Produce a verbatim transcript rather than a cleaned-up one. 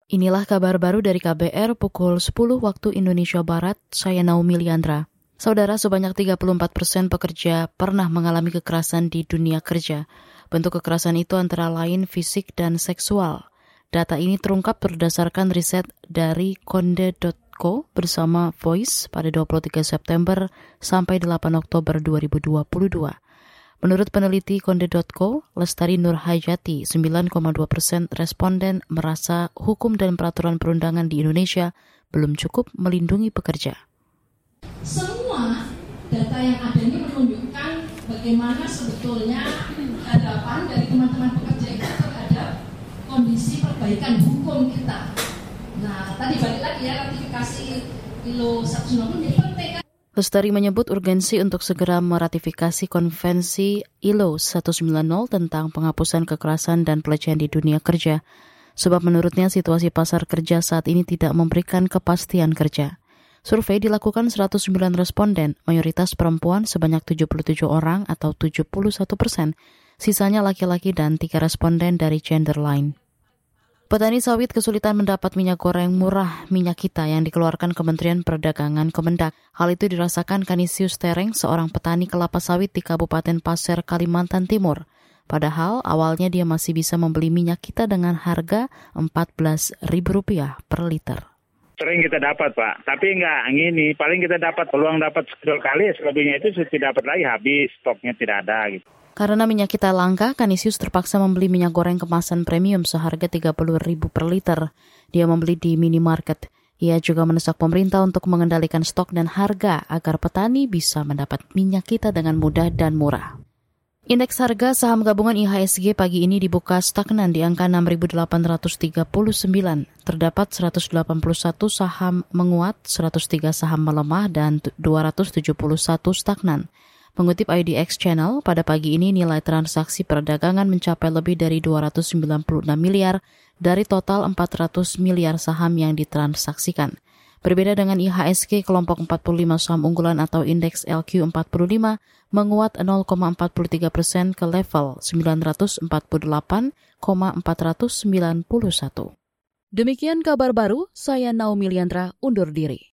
Inilah kabar baru dari K B R pukul sepuluh waktu Indonesia Barat, saya Naomi Liandra. Saudara, sebanyak tiga puluh empat persen pekerja pernah mengalami kekerasan di dunia kerja. Bentuk kekerasan itu antara lain fisik dan seksual. Data ini terungkap berdasarkan riset dari konde dot co bersama Voice pada dua puluh tiga September sampai delapan Oktober dua ribu dua puluh dua. Menurut peneliti konde dot co, Lestari Nurhayati, sembilan koma dua persen responden merasa hukum dan peraturan perundangan di Indonesia belum cukup melindungi pekerja. Semua data yang ada ini menunjukkan bagaimana sebetulnya harapan dari teman-teman pekerja itu terhadap kondisi perbaikan hukum kita. Nah, tadi balik lagi ya, ratifikasi I L O seratus sembilan puluh jadi penting kan? Lestari menyebut urgensi untuk segera meratifikasi Konvensi I L O seratus sembilan puluh tentang penghapusan kekerasan dan pelecehan di dunia kerja, sebab menurutnya situasi pasar kerja saat ini tidak memberikan kepastian kerja. Survei dilakukan seratus sembilan responden, mayoritas perempuan sebanyak tujuh puluh tujuh orang atau tujuh puluh satu persen, sisanya laki-laki dan tiga responden dari gender lain. Petani sawit kesulitan mendapat minyak goreng murah minyak kita yang dikeluarkan Kementerian Perdagangan Kemendak. Hal itu dirasakan Kanisius Tereng, seorang petani kelapa sawit di Kabupaten Pasir, Kalimantan Timur. Padahal awalnya dia masih bisa membeli minyak kita dengan harga empat belas ribu rupiah per liter. Sering kita dapat, Pak. Tapi enggak, gini, paling kita dapat peluang dapat sepuluh kali, selebihnya itu tidak dapat lagi, habis, stoknya tidak ada gitu. Karena minyak kita langka, Kanisius terpaksa membeli minyak goreng kemasan premium seharga tiga puluh ribu per liter. Dia membeli di minimarket. Ia juga mendesak pemerintah untuk mengendalikan stok dan harga agar petani bisa mendapat minyak kita dengan mudah dan murah. Indeks harga saham gabungan I H S G pagi ini dibuka stagnan di angka enam ribu delapan ratus tiga puluh sembilan. Terdapat seratus delapan puluh satu saham menguat, seratus tiga saham melemah, dan dua ratus tujuh puluh satu stagnan. Mengutip I D X Channel, pada pagi ini nilai transaksi perdagangan mencapai lebih dari dua ratus sembilan puluh enam miliar dari total empat ratus miliar saham yang ditransaksikan. Berbeda dengan I H S G, kelompok empat puluh lima saham unggulan atau indeks L Q empat puluh lima menguat nol koma empat tiga persen ke level sembilan ratus empat puluh delapan koma empat sembilan satu. Demikian kabar baru, saya Naomi Liandra undur diri.